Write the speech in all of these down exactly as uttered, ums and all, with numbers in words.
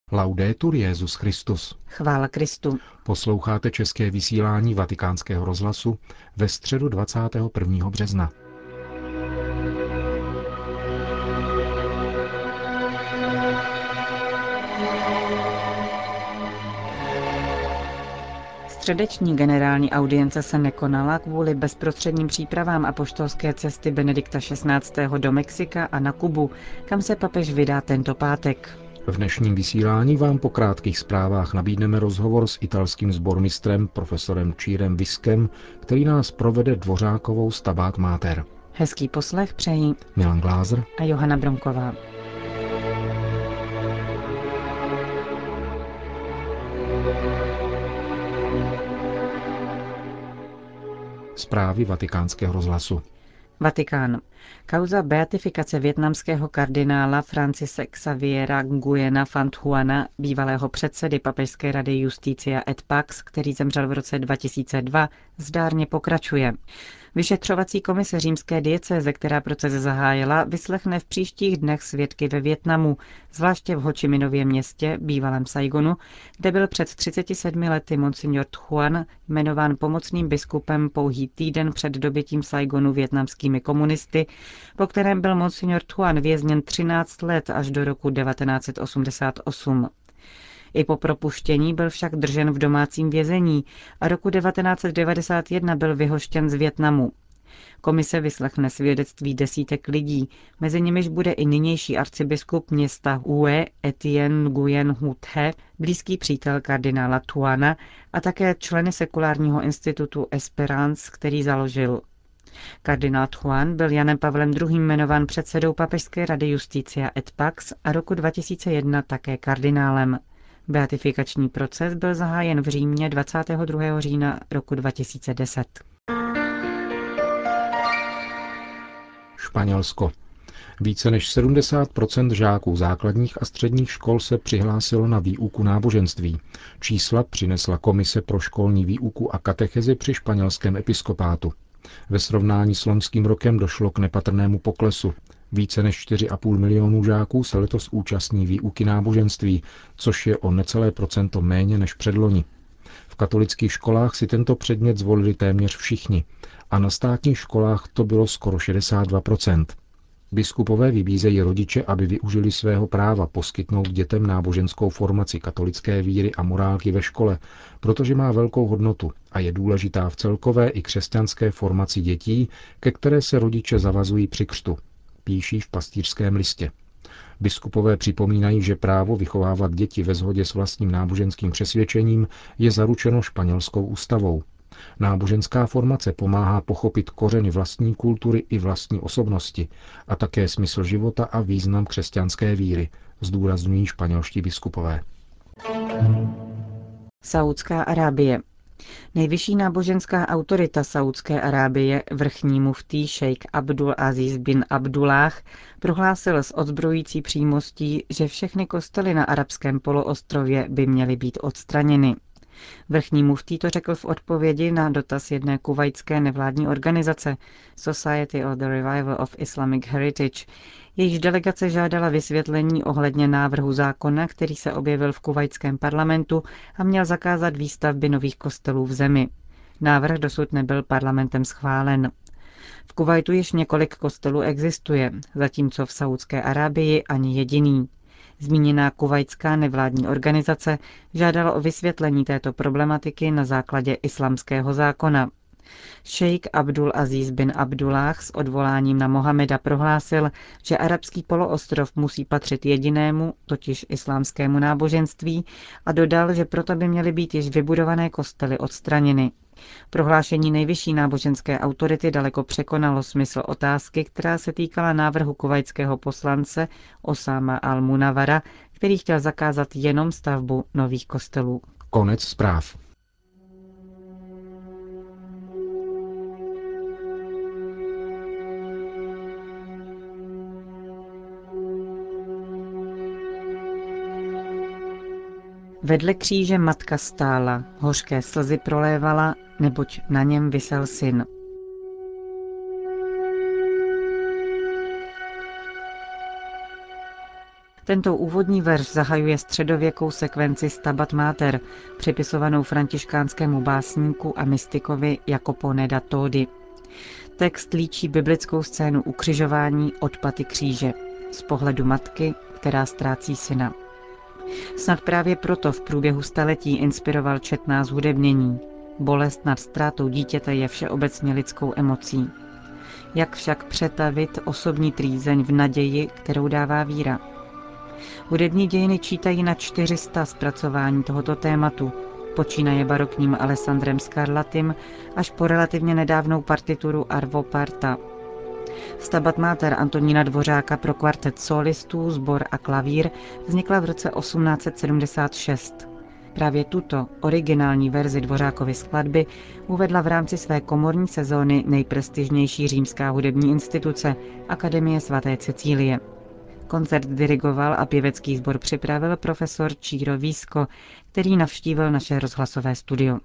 Laudetur Jesus Christus. Chvála Kristu. Posloucháte české vysílání Vatikánského rozhlasu ve středu dvacátého prvního března. Středeční generální audience se nekonala kvůli bezprostředním přípravám apoštolské cesty Benedikta šestnáctého do Mexika a na Kubu, kam se papež vydá tento pátek. V dnešním vysílání vám po krátkých zprávách nabídneme rozhovor s italským sbormistrem profesorem Círem Viskem, který nás provede Dvořákovou Stabat Mater. Hezký poslech přejí Milan Glázer a Johana Bronková. Zprávy Vatikánského rozhlasu. Vatikán. Kauza beatifikace vietnamského kardinála Francise Xaviera Nguyena Phant Huana, bývalého předsedy Papežské rady Justicia et Pax, který zemřel v roce dva tisíce dva, zdárně pokračuje. Vyšetřovací komise římské diecéze, která proces zahájila, vyslechne v příštích dnech svědky ve Vietnamu, zvláště v Ho Chi Minově městě, bývalém Saigonu, kde byl před třiceti sedmi lety monsignor Thuan jmenován pomocným biskupem pouhý týden před dobytím Saigonu vietnamskými komunisty, po kterém byl monsignor Thuan vězněn třináct let až do roku devatenáct set osmdesát osm. I po propuštění byl však držen v domácím vězení a roku devatenáct set devadesát jedna byl vyhoštěn z Vietnamu. Komise vyslechne svědectví desítek lidí, mezi nimiž bude i nynější arcibiskup města Hue Etienne Nguyen Hu The, blízký přítel kardinála Thuana a také členy sekulárního institutu Esperance, který založil. Kardinál Thuan byl Janem Pavlem druhým jmenován předsedou Papežské rady Justicia et Pax a roku dva tisíce jedna také kardinálem. Beatifikační proces byl zahájen v Římě dvacátého druhého října roku dva tisíce deset. Španělsko. Více než sedmdesát procent žáků základních a středních škol se přihlásilo na výuku náboženství. Čísla přinesla Komise pro školní výuku a katechezi při španělském episkopátu. Ve srovnání s loňským rokem došlo k nepatrnému poklesu. Více než čtyři a půl milionu žáků se letos účastní výuky náboženství, což je o necelé procento méně než předloni. V katolických školách si tento předmět zvolili téměř všichni a na státních školách to bylo skoro šedesát dva procent. Biskupové vybízejí rodiče, aby využili svého práva poskytnout dětem náboženskou formaci katolické víry a morálky ve škole, protože má velkou hodnotu a je důležitá v celkové i křesťanské formaci dětí, ke které se rodiče zavazují při křtu, píší v pastýřském listě. Biskupové připomínají, že právo vychovávat děti ve shodě s vlastním náboženským přesvědčením je zaručeno španělskou ústavou. Náboženská formace pomáhá pochopit kořeny vlastní kultury i vlastní osobnosti a také smysl života a význam křesťanské víry, zdůrazňují španělští biskupové. Saúdská Arábie. Nejvyšší náboženská autorita Saúdské Arábie, vrchní muftí šejk Abdul Aziz bin Abdullah, prohlásil s odzbrojující přímostí, že všechny kostely na arabském poloostrově by měly být odstraněny. Vrchní muftí to řekl v odpovědi na dotaz jedné kuvajtské nevládní organizace Society of the Revival of Islamic Heritage. Jejíž delegace žádala vysvětlení ohledně návrhu zákona, který se objevil v kuvajtském parlamentu a měl zakázat výstavby nových kostelů v zemi. Návrh dosud nebyl parlamentem schválen. V Kuvajtu již několik kostelů existuje, zatímco v Saúdské Arábii ani jediný. Zmíněná kuvajtská nevládní organizace žádala o vysvětlení této problematiky na základě islamského zákona. Šejk Abdul Aziz bin Abdullah s odvoláním na Mohameda prohlásil, že arabský poloostrov musí patřit jedinému, totiž islámskému náboženství, a dodal, že proto by měly být již vybudované kostely odstraněny. Prohlášení nejvyšší náboženské autority daleko překonalo smysl otázky, která se týkala návrhu kuvajtského poslance Osáma al-Munawara, který chtěl zakázat jenom stavbu nových kostelů. Konec zpráv. Vedle kříže matka stála, hořké slzy prolévala, neboť na něm visel syn. Tento úvodní verš zahajuje středověkou sekvenci Stabat Mater, připisovanou františkánskému básníku a mystikovi Jacopone da Todi. Text líčí biblickou scénu ukřižování od paty kříže z pohledu matky, která ztrácí syna. Snad právě proto v průběhu staletí inspiroval četná zhudebnění. Bolest nad ztrátou dítěte je všeobecně lidskou emocí. Jak však přetavit osobní trýzeň v naději, kterou dává víra? Hudební dějiny čítají na čtyři sta zpracování tohoto tématu, počínaje barokním Alessandrem Scarlattim až po relativně nedávnou partituru Arvo Parta. Stabat Mater Antonína Dvořáka pro kvartet solistů, sbor a klavír vznikla v roce osmnáct set sedmdesát šest. Právě tuto originální verzi Dvořákovy skladby uvedla v rámci své komorní sezóny nejprestižnější římská hudební instituce Akademie svaté Cecílie. Koncert dirigoval a pěvecký sbor připravil profesor Ciro Visco, který navštívil naše rozhlasové studio.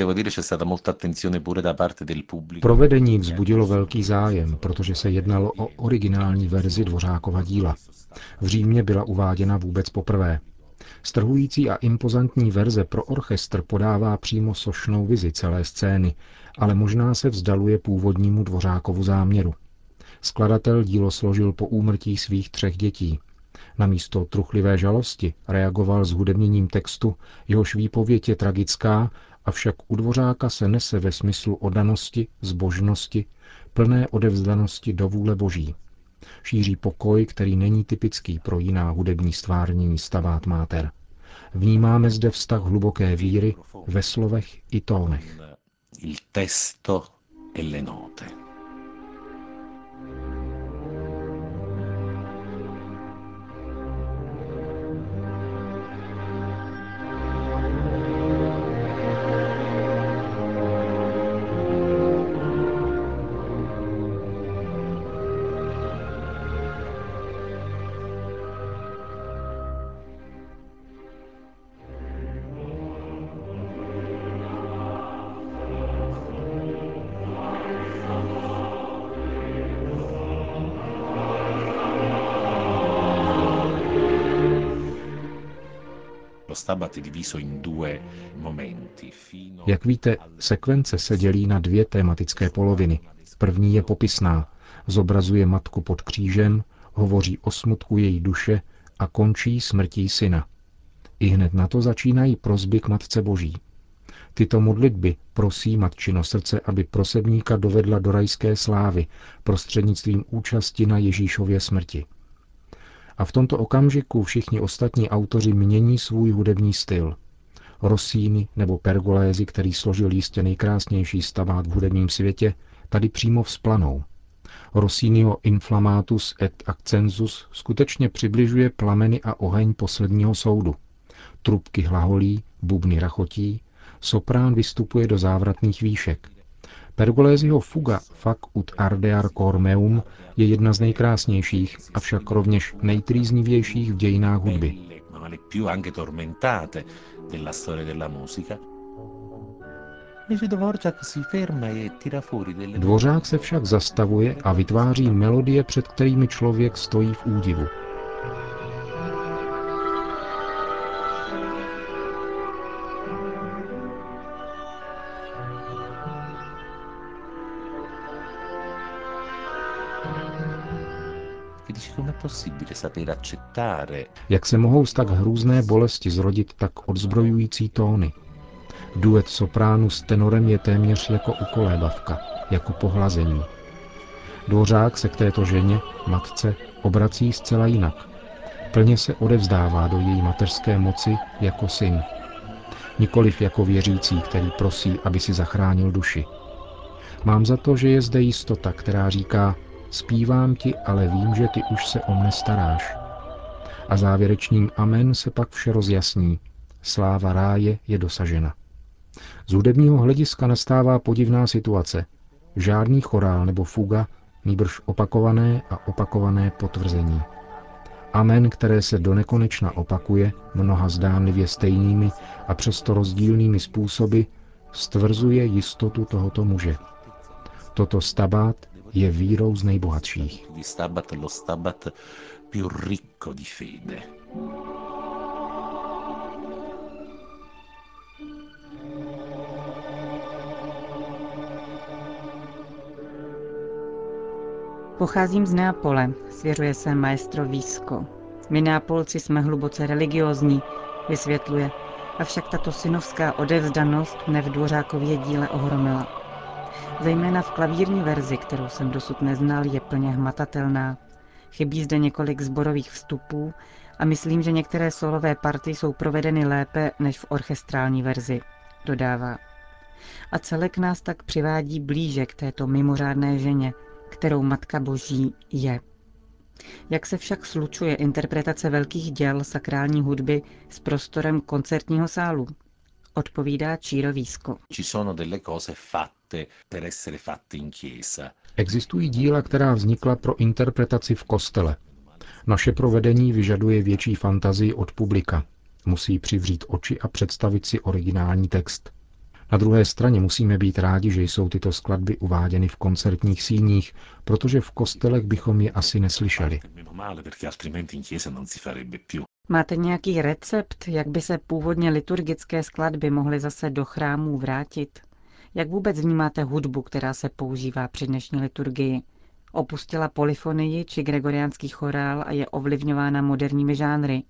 Provedení vzbudilo velký zájem, protože se jednalo o originální verzi Dvořákova díla. V Římě byla uváděna vůbec poprvé. Strhující a impozantní verze pro orchestr podává přímo sošnou vizi celé scény, ale možná se vzdaluje původnímu Dvořákovu záměru. Skladatel dílo složil po úmrtí svých třech dětí. Namísto truchlivé žalosti reagoval s hudebněním textu, jehož výpověď je tragická, avšak u Dvořáka se nese ve smyslu oddanosti, zbožnosti, plné odevzdanosti do vůle Boží. Šíří pokoj, který není typický pro jiná hudební stvárnění Stabat Mater. Vnímáme zde vztah hluboké víry ve slovech i tónech. Il testo e le note. Jak víte, sekvence se dělí na dvě tematické poloviny. První je popisná, zobrazuje matku pod křížem, hovoří o smutku její duše a končí smrtí syna. I hned na to začínají prosby k Matce Boží. Tyto modlitby prosí matčino srdce, aby prosebníka dovedla do rajské slávy prostřednictvím účasti na Ježíšově smrti. A v tomto okamžiku všichni ostatní autoři mění svůj hudební styl. Rossini nebo Pergolesi, který složil jistě nejkrásnější stabát v hudebním světě, tady přímo vzplanou. Rossiniho Inflammatus et Accensus skutečně přibližuje plameny a oheň posledního soudu. Trubky hlaholí, bubny rachotí, soprán vystupuje do závratných výšek. Pergolesiho fuga Fac ut ardear cor meum je jedna z nejkrásnějších, avšak rovněž nejtrýznivějších v dějinách hudby. Dvořák se však zastavuje a vytváří melodie, před kterými člověk stojí v údivu. Jak se mohou z tak hrůzné bolesti zrodit tak odzbrojující tóny? Duet sopránu s tenorem je téměř jako ukolébavka, jako pohlazení. Dvořák se k této ženě, matce, obrací zcela jinak. Plně se odevzdává do její mateřské moci jako syn. Nikoliv jako věřící, který prosí, aby si zachránil duši. Mám za to, že je zde jistota, která říká: zpívám ti, ale vím, že ty už se o mne staráš. A závěrečným amen se pak vše rozjasní. Sláva ráje je dosažena. Z hudebního hlediska nastává podivná situace. Žádný chorál nebo fuga, nýbrž opakované a opakované potvrzení. Amen, které se donekonečna opakuje, mnoha zdánlivě stejnými a přesto rozdílnými způsoby, stvrzuje jistotu tohoto muže. Toto stabat je vírou z nejbohatších. più ricco di fede. Pocházím z Neapole, svěřuje se maestro Visco. My Neapolci jsme hluboce religiózní, vysvětluje, avšak tato synovská odevzdanost mne v Dvořákově díle ohromila. Zejména v klavírní verzi, kterou jsem dosud neznal, je plně hmatatelná. Chybí zde několik sborových vstupů a myslím, že některé solové party jsou provedeny lépe než v orchestrální verzi, dodává. A celek nás tak přivádí blíže k této mimořádné ženě, kterou Matka Boží je. Jak se však slučuje interpretace velkých děl sakrální hudby s prostorem koncertního sálu? Odpovídá Ciro Visco. Existují díla, která vznikla pro interpretaci v kostele. Naše provedení vyžaduje větší fantazii od publika. Musí přivřít oči a představit si originální text. Na druhé straně musíme být rádi, že jsou tyto skladby uváděny v koncertních síních, protože v kostelech bychom je asi neslyšeli. Máte nějaký recept, jak by se původně liturgické skladby mohly zase do chrámů vrátit? Jak vůbec vnímáte hudbu, která se používá při dnešní liturgii? Opustila polyfonii či gregoriánský chorál a je ovlivňována moderními žánry?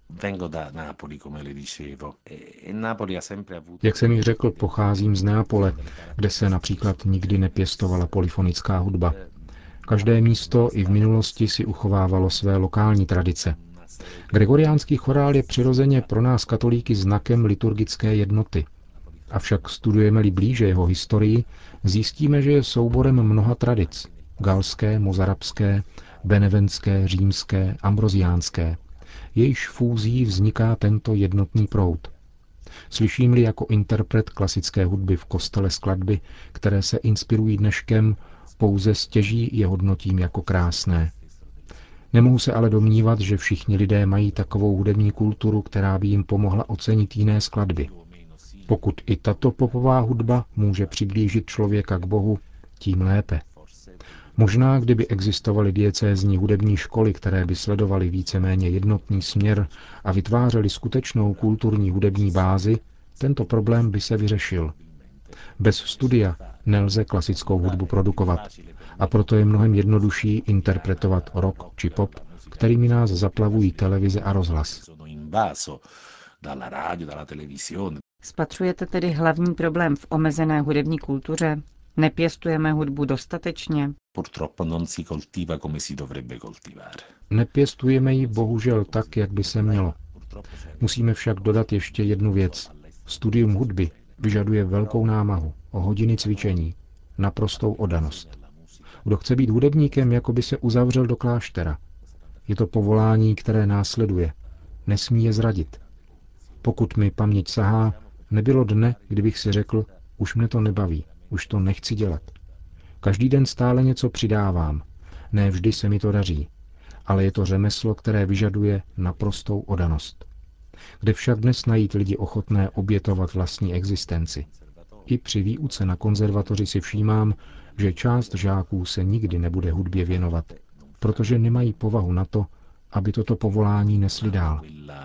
Jak jsem již řekl, pocházím z Neapole, kde se například nikdy nepěstovala polyfonická hudba. Každé místo i v minulosti si uchovávalo své lokální tradice. Gregoriánský chorál je přirozeně pro nás katolíky znakem liturgické jednoty. Avšak studujeme-li blíže jeho historii, zjistíme, že je souborem mnoha tradic. Galské, mozarabské, beneventské, římské, ambroziánské. Jejíž fúzí vzniká tento jednotný proud. Slyším-li jako interpret klasické hudby v kostele skladby, které se inspirují dneškem, pouze stěží je hodnotím jako krásné. Nemohu se ale domnívat, že všichni lidé mají takovou hudební kulturu, která by jim pomohla ocenit jiné skladby. Pokud i tato popová hudba může přiblížit člověka k Bohu, tím lépe. Možná, kdyby existovaly diecézní hudební školy, které by sledovaly víceméně jednotný směr a vytvářely skutečnou kulturní hudební bázi, tento problém by se vyřešil. Bez studia nelze klasickou hudbu produkovat a proto je mnohem jednodušší interpretovat rock či pop, kterými nás zaplavují televize a rozhlas. Spatřujete tedy hlavní problém v omezené hudební kultuře? Nepěstujeme hudbu dostatečně? Nepěstujeme ji bohužel tak, jak by se mělo. Musíme však dodat ještě jednu věc. Studium hudby vyžaduje velkou námahu, o hodiny cvičení, naprostou oddanost. Kdo chce být hudebníkem, jako by se uzavřel do kláštera. Je to povolání, které následuje. Nesmí je zradit. Pokud mi paměť sahá, nebylo dne, kdybych si řekl, už mne to nebaví, už to nechci dělat. Každý den stále něco přidávám. Ne vždy se mi to daří, ale je to řemeslo, které vyžaduje naprostou oddanost. Kde však dnes najít lidi ochotné obětovat vlastní existenci? I při výuce na konzervatoři si všímám, že část žáků se nikdy nebude hudbě věnovat, protože nemají povahu na to, aby toto povolání nesli dál.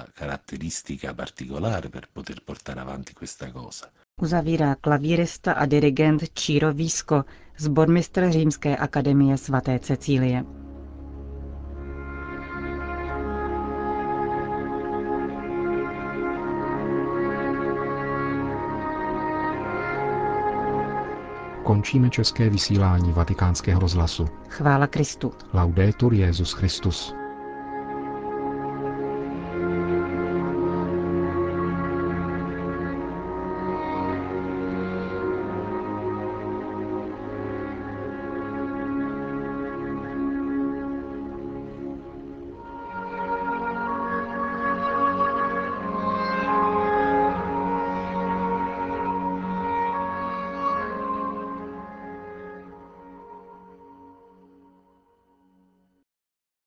Uzavírá klavírista a dirigent Ciro Visco, sbormistr Římské akademie svaté Cecílie. Končíme české vysílání Vatikánského rozhlasu. Chvála Kristu. Laudetur Jesus Christus.